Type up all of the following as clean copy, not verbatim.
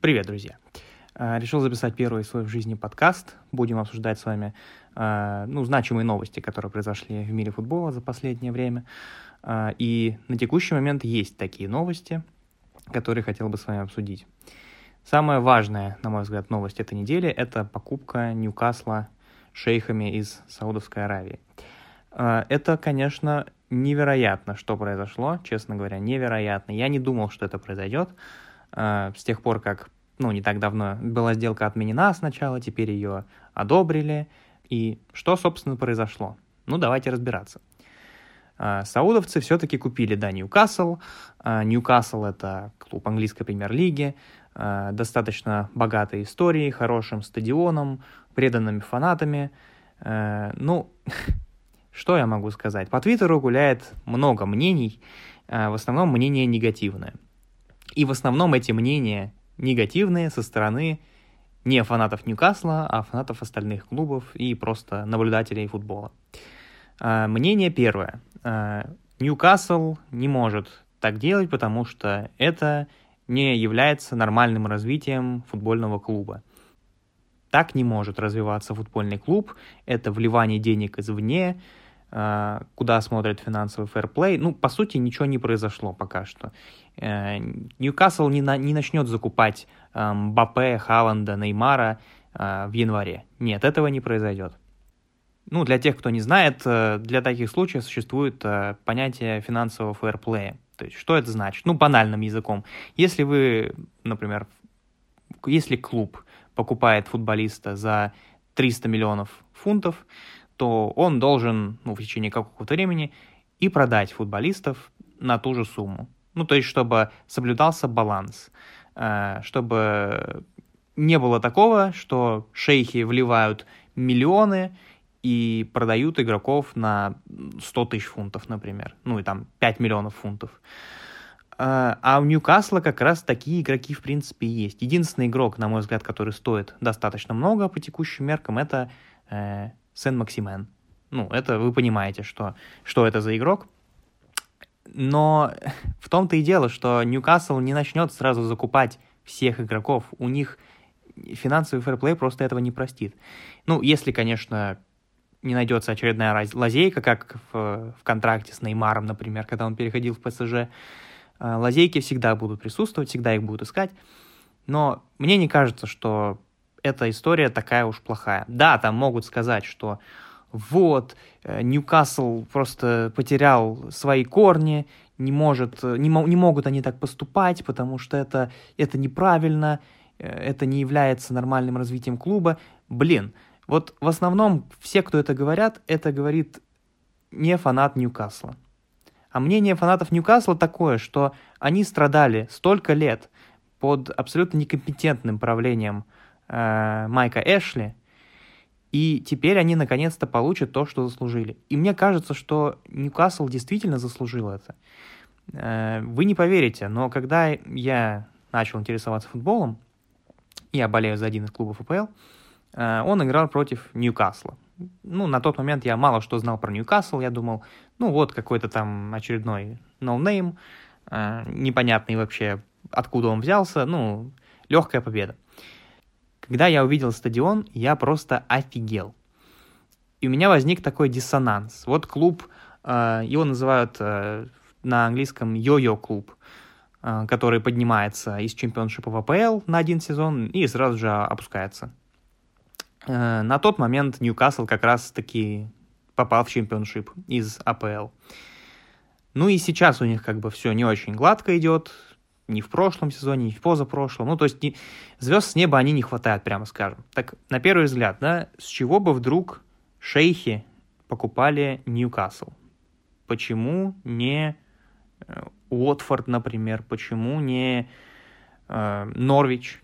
Привет, друзья! Решил записать первый свой в жизни подкаст. Будем обсуждать с вами значимые новости, которые произошли в мире футбола за последнее время. И на текущий момент есть такие новости, которые хотел бы с вами обсудить. Самая важная, на мой взгляд, новость этой недели – это покупка Ньюкасла шейхами из Саудовской Аравии. Это, конечно, невероятно, что произошло, честно говоря, невероятно. Я не думал, что это произойдет. С тех пор, как, не так давно была сделка отменена сначала, теперь ее одобрили. И что, собственно, произошло? Давайте разбираться. Саудовцы все-таки купили, Ньюкасл. Ньюкасл – это клуб английской премьер-лиги, достаточно богатой историей, хорошим стадионом, преданными фанатами. Что я могу сказать? По Твиттеру гуляет много мнений, в основном мнения негативные. И в основном эти мнения негативные со стороны не фанатов Ньюкасла, а фанатов остальных клубов и просто наблюдателей футбола. Мнение первое. Ньюкасл не может так делать, потому что это не является нормальным развитием футбольного клуба. Так не может развиваться футбольный клуб. Это вливание денег извне, куда смотрит финансовый фэрплей. По сути, ничего не произошло пока что. Ньюкасл не начнет закупать Мбаппе, Халланда, Неймара в январе. Нет, этого не произойдет. Для тех, кто не знает, для таких случаев существует понятие финансового фэрплея. То есть, что это значит? Банальным языком. Если вы, например, если клуб покупает футболиста за 300 миллионов фунтов, то он должен в течение какого-то времени и продать футболистов на ту же сумму. То есть, чтобы соблюдался баланс, чтобы не было такого, что шейхи вливают миллионы и продают игроков на 100 тысяч фунтов, например, 5 миллионов фунтов. А у Ньюкасла как раз такие игроки, в принципе, есть. Единственный игрок, на мой взгляд, который стоит достаточно много по текущим меркам, это Сен-Максимен. Это вы понимаете, что это за игрок. Но в том-то и дело, что Ньюкасл не начнет сразу закупать всех игроков. У них финансовый фэрплей просто этого не простит. Если, конечно, не найдется очередная лазейка, как в контракте с Неймаром, например, когда он переходил в ПСЖ. Лазейки всегда будут присутствовать, всегда их будут искать. Но мне не кажется, что эта история такая уж плохая. Да, там могут сказать, что Ньюкасл просто потерял свои корни, не могут они так поступать, потому что это неправильно, это не является нормальным развитием клуба. В основном все, кто это говорит не фанат Ньюкасла. А мнение фанатов Ньюкасла такое, что они страдали столько лет под абсолютно некомпетентным правлением Майка Эшли, и теперь они наконец-то получат то, что заслужили. И мне кажется, что Ньюкасл действительно заслужил это. Вы не поверите, но когда я начал интересоваться футболом, я болею за один из клубов АПЛ, он играл против Ньюкасла. На тот момент я мало что знал про Ньюкасл, я думал, какой-то там очередной ноунейм, непонятный вообще, откуда он взялся, легкая победа. Когда я увидел стадион, я просто офигел. И у меня возник такой диссонанс. Клуб, его называют на английском йо-йо клуб, который поднимается из чемпионшипа в АПЛ на один сезон и сразу же опускается. На тот момент Ньюкасл как раз-таки попал в чемпионшип из АПЛ. И сейчас у них все не очень гладко идет, ни в прошлом сезоне, ни в позапрошлом. То есть звезд с неба они не хватает, прямо скажем. Так, на первый взгляд, с чего бы вдруг шейхи покупали Ньюкасл? Почему не Уотфорд, например? Почему не Норвич?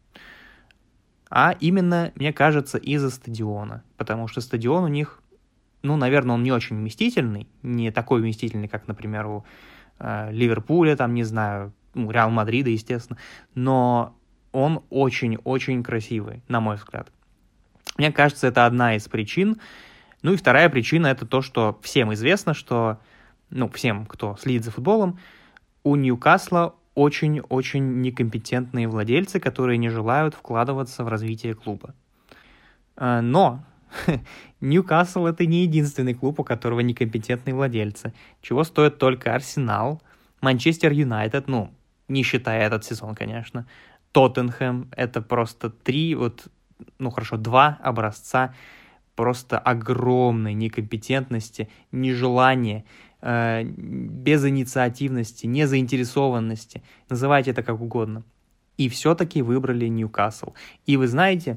А именно, мне кажется, из-за стадиона. Потому что стадион у них, наверное, он не очень вместительный. Не такой вместительный, как, например, у Ливерпуля, Реал Мадрида, естественно. Но он очень-очень красивый, на мой взгляд. Мне кажется, это одна из причин. И вторая причина — это то, что всем известно, что, всем, кто следит за футболом, у Ньюкасла очень-очень некомпетентные владельцы, которые не желают вкладываться в развитие клуба. Но Ньюкасл — это не единственный клуб, у которого некомпетентные владельцы. Чего стоит только Арсенал, Манчестер Юнайтед, не считая этот сезон, конечно, Тоттенхэм. Это просто два образца просто огромной некомпетентности, нежелания, безинициативности, незаинтересованности. Называйте это как угодно. И все-таки выбрали Ньюкасл. И вы знаете,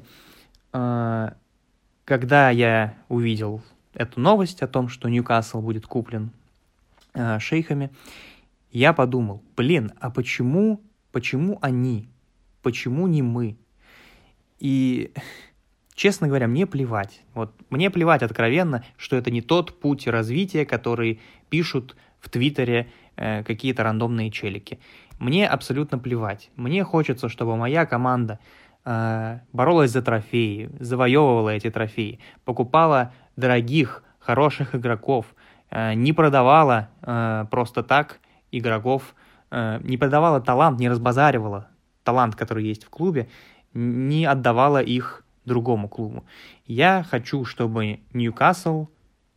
когда я увидел эту новость о том, что Ньюкасл будет куплен шейхами, я подумал, а почему они? Почему не мы? И, честно говоря, мне плевать. Мне плевать откровенно, что это не тот путь развития, который пишут в Твиттере какие-то рандомные челики. Мне абсолютно плевать. Мне хочется, чтобы моя команда боролась за трофеи, завоевывала эти трофеи, покупала дорогих, хороших игроков, не продавала просто так игроков, не продавала талант, не разбазаривала талант, который есть в клубе, не отдавала их другому клубу. Я хочу, чтобы у Ньюкасла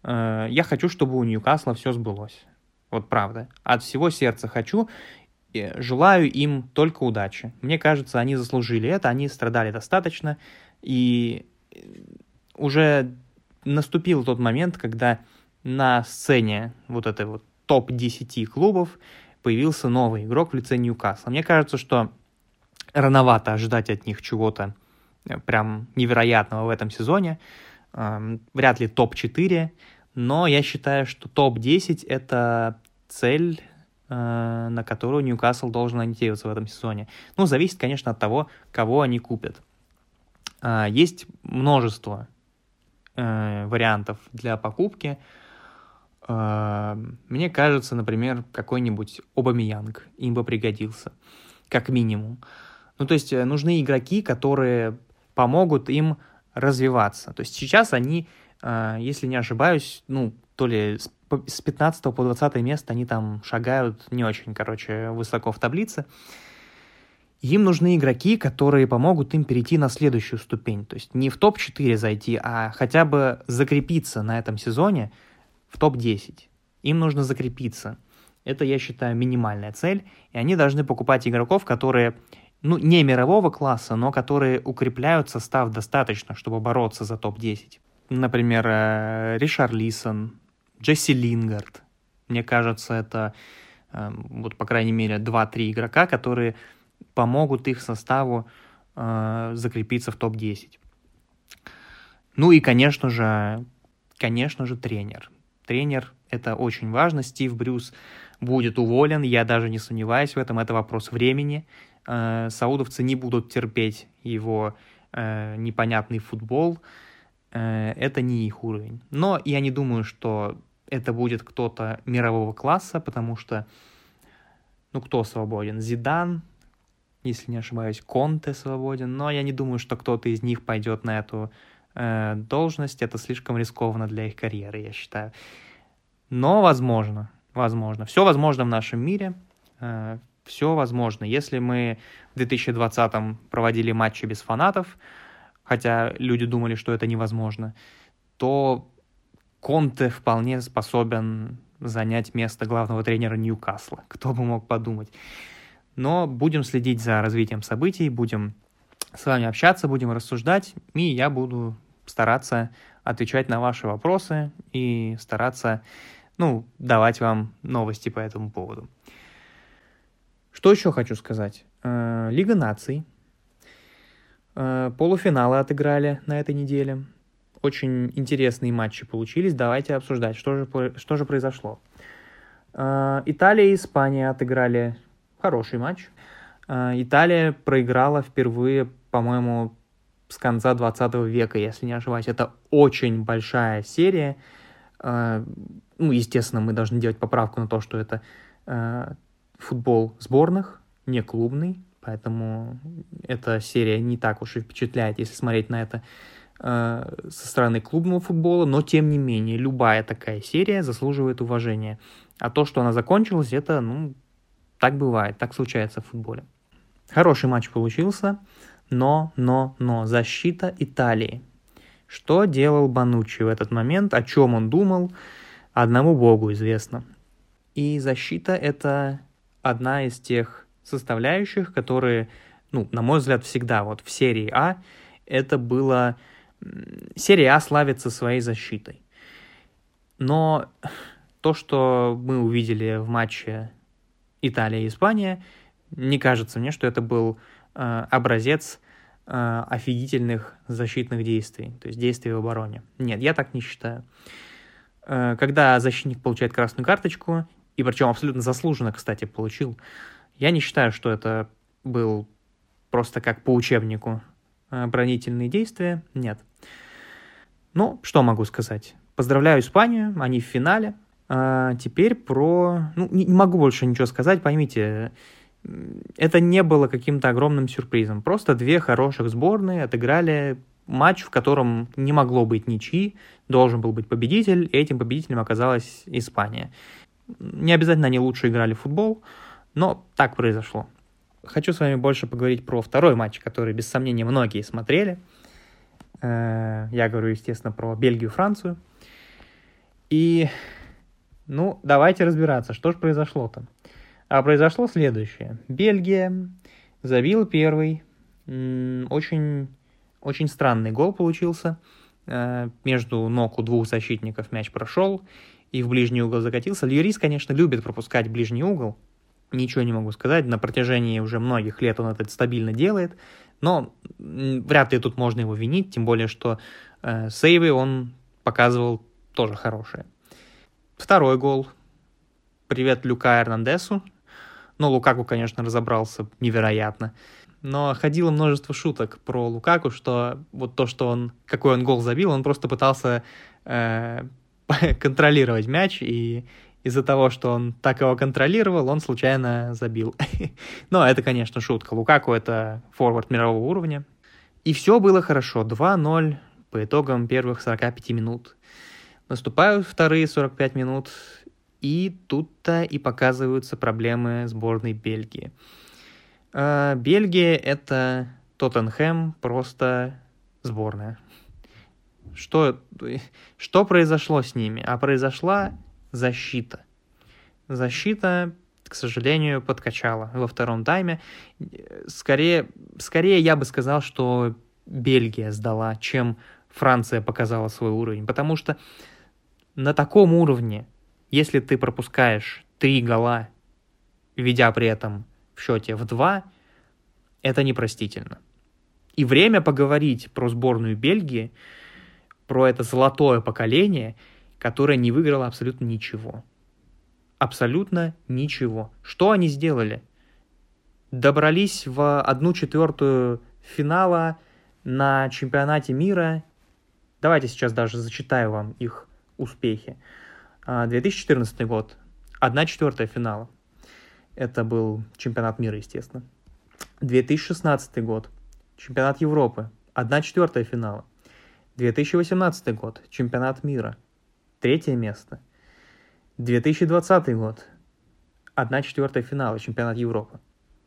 все сбылось. Правда. От всего сердца хочу. Желаю им только удачи. Мне кажется, они заслужили это, они страдали достаточно, и уже наступил тот момент, когда на сцене этой топ-10 клубов появился новый игрок в лице Ньюкасла. Мне кажется, что рановато ожидать от них чего-то прям невероятного в этом сезоне. Вряд ли топ-4, но я считаю, что топ-10 — это цель, на которую Ньюкасл должен ориентироваться в этом сезоне. Зависит, конечно, от того, кого они купят. Есть множество вариантов для покупки. Мне кажется, например, какой-нибудь Обамеянг им бы пригодился, как минимум. То есть нужны игроки, которые помогут им развиваться. То есть сейчас они, если не ошибаюсь, то ли с 15 по 20 место они там шагают не очень, высоко в таблице. Им нужны игроки, которые помогут им перейти на следующую ступень. То есть не в топ-4 зайти, а хотя бы закрепиться на этом сезоне в топ-10. Им нужно закрепиться. Это, я считаю, минимальная цель. И они должны покупать игроков, которые, не мирового класса, но которые укрепляют состав достаточно, чтобы бороться за топ-10. Например, Ришарлисон, Джесси Лингард. Мне кажется, это, по крайней мере, 2-3 игрока, которые помогут их составу закрепиться в топ-10. И, конечно же, тренер. Тренер — это очень важно. Стив Брюс будет уволен, я даже не сомневаюсь в этом. Это вопрос времени. Саудовцы не будут терпеть его непонятный футбол. Это не их уровень. Но я не думаю, что это будет кто-то мирового класса, потому что, кто свободен? Зидан, если не ошибаюсь, Конте свободен, но я не думаю, что кто-то из них пойдет на эту должность. Это слишком рискованно для их карьеры, я считаю. Но возможно. Все возможно в нашем мире. Все возможно. Если мы в 2020-м проводили матчи без фанатов, хотя люди думали, что это невозможно, то Конте вполне способен занять место главного тренера Ньюкасла. Кто бы мог подумать. Но будем следить за развитием событий, будем с вами общаться, будем рассуждать, и я буду стараться отвечать на ваши вопросы и стараться, давать вам новости по этому поводу. Что еще хочу сказать? Лига наций. Полуфиналы отыграли на этой неделе. Очень интересные матчи получились. Давайте обсуждать, что же произошло. Италия и Испания отыграли хороший матч. Италия проиграла впервые, по-моему, с конца 20 века, если не ошибаюсь. Это очень большая серия. Естественно, мы должны делать поправку на то, что это футбол сборных, не клубный. Поэтому эта серия не так уж и впечатляет, если смотреть на это со стороны клубного футбола, но тем не менее любая такая серия заслуживает уважения. А то, что она закончилась, это, Так бывает, так случается в футболе. Хороший матч получился, но защита Италии. Что делал Бонуччи в этот момент, о чем он думал, одному богу известно. И защита — это одна из тех составляющих, которые, на мой взгляд, всегда вот в серии А это было... Серия А славится своей защитой. Но то, что мы увидели в матче Италия и Испания, не кажется мне, что это был образец офигительных защитных действий, то есть действий в обороне. Нет, я так не считаю. Когда защитник получает красную карточку, и причем абсолютно заслуженно, кстати, получил, я не считаю, что это был просто как по учебнику оборонительные действия. Нет. Ну, что могу сказать? Поздравляю Испанию, они в финале. Теперь не могу больше ничего сказать, поймите, это не было каким-то огромным сюрпризом. Просто две хороших сборные отыграли матч, в котором не могло быть ничьи, должен был быть победитель, и этим победителем оказалась Испания. Не обязательно они лучше играли в футбол, но так произошло. Хочу с вами больше поговорить про второй матч, который, без сомнения, многие смотрели. Я говорю, естественно, про Бельгию-Францию. И, давайте разбираться, что же произошло-то. А произошло следующее. Бельгия забила первый. Очень, очень странный гол получился. Между ног у двух защитников мяч прошел и в ближний угол закатился. Льюрис, конечно, любит пропускать ближний угол. Ничего не могу сказать. На протяжении уже многих лет он это стабильно делает. Но вряд ли тут можно его винить. Тем более, что сейвы он показывал тоже хорошие. Второй гол. Привет Люка Эрнандесу. Лукаку, конечно, разобрался невероятно. Но ходило множество шуток про Лукаку, что вот то, что какой он гол забил, он просто пытался контролировать мяч, и из-за того, что он так его контролировал, он случайно забил. Но это, конечно, шутка. Лукаку — это форвард мирового уровня. И все было хорошо. 2-0 по итогам первых 45 минут. Наступают вторые 45 минут, и тут-то и показываются проблемы сборной Бельгии. Бельгия — это Тоттенхэм, просто сборная. Что произошло с ними? А произошла защита. Защита, к сожалению, подкачала во втором тайме. Скорее я бы сказал, что Бельгия сдала, чем Франция показала свой уровень. Потому что на таком уровне, если ты пропускаешь 3 гола, ведя при этом в счете в 2, это непростительно. И время поговорить про сборную Бельгии, про это золотое поколение, которое не выиграло абсолютно ничего. Абсолютно ничего. Что они сделали? Добрались в 1/4 финала на чемпионате мира. Давайте сейчас даже зачитаю вам их успехи. 2014 год. 1/4 финала. Это был чемпионат мира, естественно. 2016 год. Чемпионат Европы. 1/4 финала. 2018 год. Чемпионат мира. 3 место. 2020 год. 1/4 финала. Чемпионат Европы.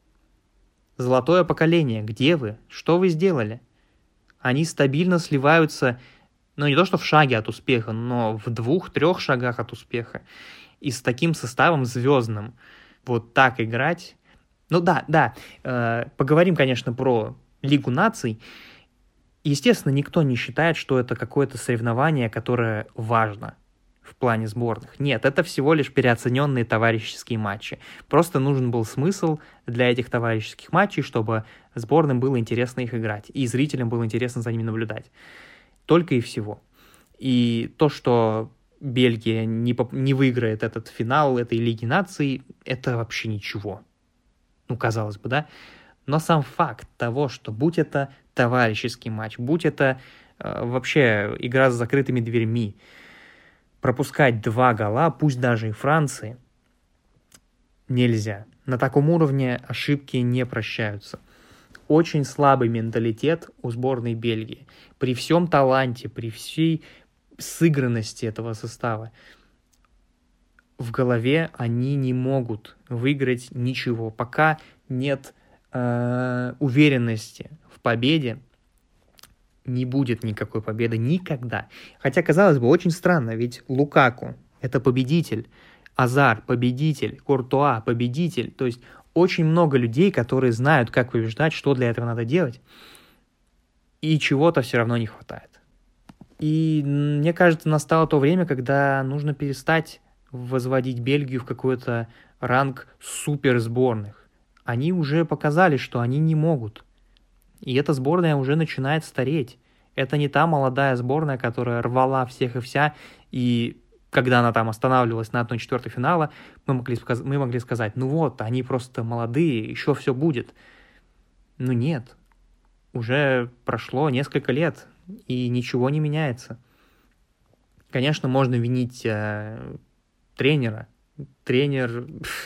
Золотое поколение. Где вы? Что вы сделали? Они стабильно сливаются, не то что в шаге от успеха, но в 2-3 шагах от успеха. И с таким составом звездным вот так играть. Поговорим, конечно, про Лигу наций. Естественно, никто не считает, что это какое-то соревнование, которое важно в плане сборных. Нет, это всего лишь переоцененные товарищеские матчи. Просто нужен был смысл для этих товарищеских матчей, чтобы сборным было интересно их играть, и зрителям было интересно за ними наблюдать. Только и всего. И то, что Бельгия не выиграет этот финал этой Лиги наций, это вообще ничего. Казалось бы, да? Но сам факт того, что будь это товарищеский матч, будь это вообще игра с закрытыми дверьми, пропускать 2 гола, пусть даже и Франции, нельзя. На таком уровне ошибки не прощаются. Очень слабый менталитет у сборной Бельгии. При всем таланте, при всей сыгранности этого состава. в голове они не могут выиграть ничего. Пока нет уверенности в победе, не будет никакой победы никогда. Хотя, казалось бы, очень странно, ведь Лукаку – это победитель, Азар – победитель, Куртуа – победитель. То есть очень много людей, которые знают, как побеждать, что для этого надо делать, и чего-то все равно не хватает. И мне кажется, настало то время, когда нужно перестать возводить Бельгию в какой-то ранг суперсборных. Они уже показали, что они не могут. И эта сборная уже начинает стареть. Это не та молодая сборная, которая рвала всех и вся, и когда она там останавливалась на 1/4 финала, мы могли сказать, ну вот, они просто молодые, еще все будет. Ну нет, уже прошло несколько лет, и ничего не меняется. Конечно, можно винить тренера. Тренер...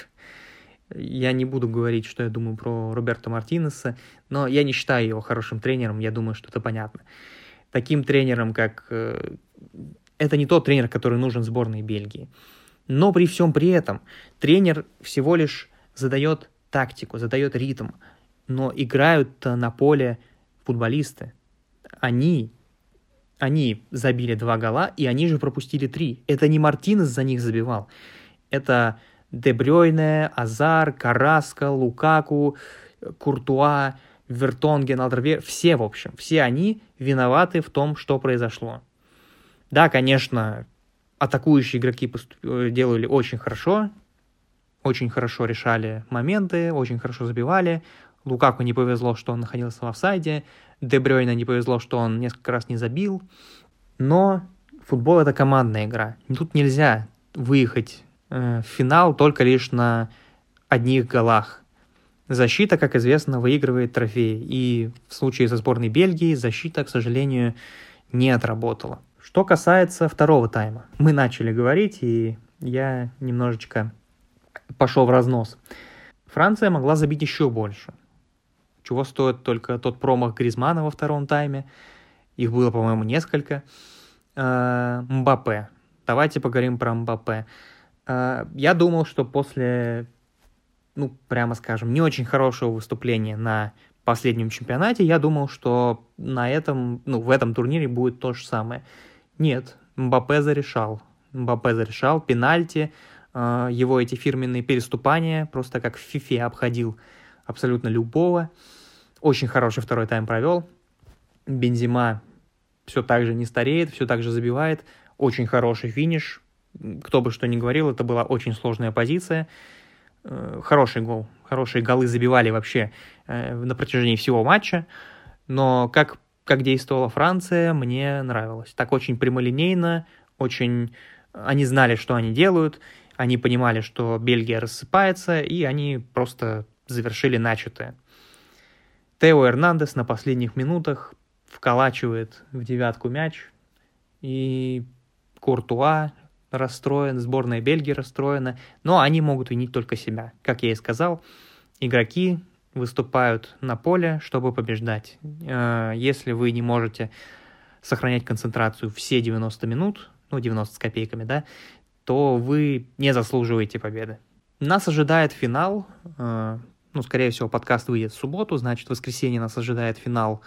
Я не буду говорить, что я думаю про Роберто Мартинеса, но я не считаю его хорошим тренером, я думаю, что это понятно. Таким тренером, как... Это не тот тренер, который нужен сборной Бельгии. Но при всем при этом тренер всего лишь задает тактику, задает ритм, но играют на поле футболисты. Они забили 2 гола, и они же пропустили 3. Это не Мартинес за них забивал. Это Де Брёйне, Азар, Карраско, Лукаку, Куртуа, Вертонген, Алдервейрель. Все, в общем, все они виноваты в том, что произошло. Да, конечно, атакующие игроки делали очень хорошо решали моменты, очень хорошо забивали. Лукаку не повезло, что он находился в офсайде. Де Брёйне не повезло, что он несколько раз не забил. Но футбол — это командная игра. Тут нельзя выехать в финал только лишь на одних голах. Защита, как известно, выигрывает трофеи. И в случае со сборной Бельгии защита, к сожалению, не отработала. Что касается второго тайма. Мы начали говорить, и я немножечко пошел в разнос. Франция могла забить еще больше. Чего стоит только тот промах Гризманна во втором тайме. Их было, по-моему, несколько. Мбаппе. Давайте поговорим про Мбаппе. Я думал, что после, прямо скажем, не очень хорошего выступления на последнем чемпионате, я думал, что в этом турнире будет то же самое. Нет, Мбаппе зарешал. Пенальти, его эти фирменные переступания, просто как в фифе обходил абсолютно любого. Очень хороший второй тайм провел. Бензема все так же не стареет, все так же забивает. Очень хороший финиш. Кто бы что ни говорил, это была очень сложная позиция. Хороший гол. Хорошие голы забивали вообще на протяжении всего матча. Но как действовала Франция, мне нравилось. Так очень прямолинейно, они знали, что они делают, они понимали, что Бельгия рассыпается, и они просто завершили начатое. Тео Эрнандес на последних минутах вколачивает в девятку мяч, и Куртуа расстроен, сборная Бельгии расстроена, но они могут винить только себя. Как я и сказал, игроки выступают на поле, чтобы побеждать. Если вы не можете сохранять концентрацию все 90 минут, 90 с копейками, да, то вы не заслуживаете победы. Нас ожидает финал, скорее всего, подкаст выйдет в субботу, значит, в воскресенье нас ожидает финал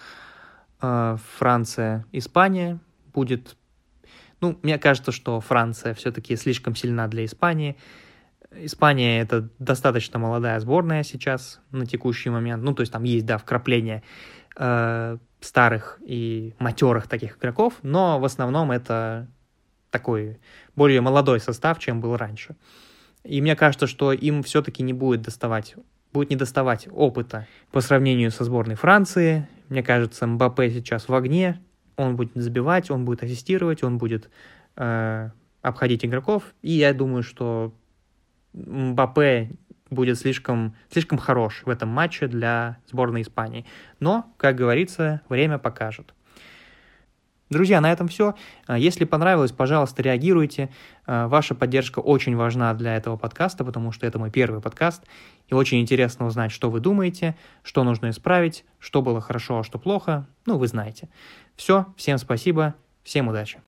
Франция-Испания. Будет, мне кажется, что Франция все-таки слишком сильна для Испании. Испания — это достаточно молодая сборная сейчас на текущий момент. То есть там есть, вкрапление старых и матерых таких игроков, но в основном это такой более молодой состав, чем был раньше. И мне кажется, что им все-таки не будет недоставать опыта по сравнению со сборной Франции. Мне кажется, Мбаппе сейчас в огне, он будет забивать, он будет ассистировать, он будет обходить игроков, и я думаю, что Мбаппе будет слишком хорош в этом матче для сборной Испании. Но, как говорится, время покажет. Друзья, на этом все. Если понравилось, пожалуйста, реагируйте. Ваша поддержка очень важна для этого подкаста, потому что это мой первый подкаст. И очень интересно узнать, что вы думаете, что нужно исправить, что было хорошо, а что плохо. Вы знаете. Все, всем спасибо, всем удачи.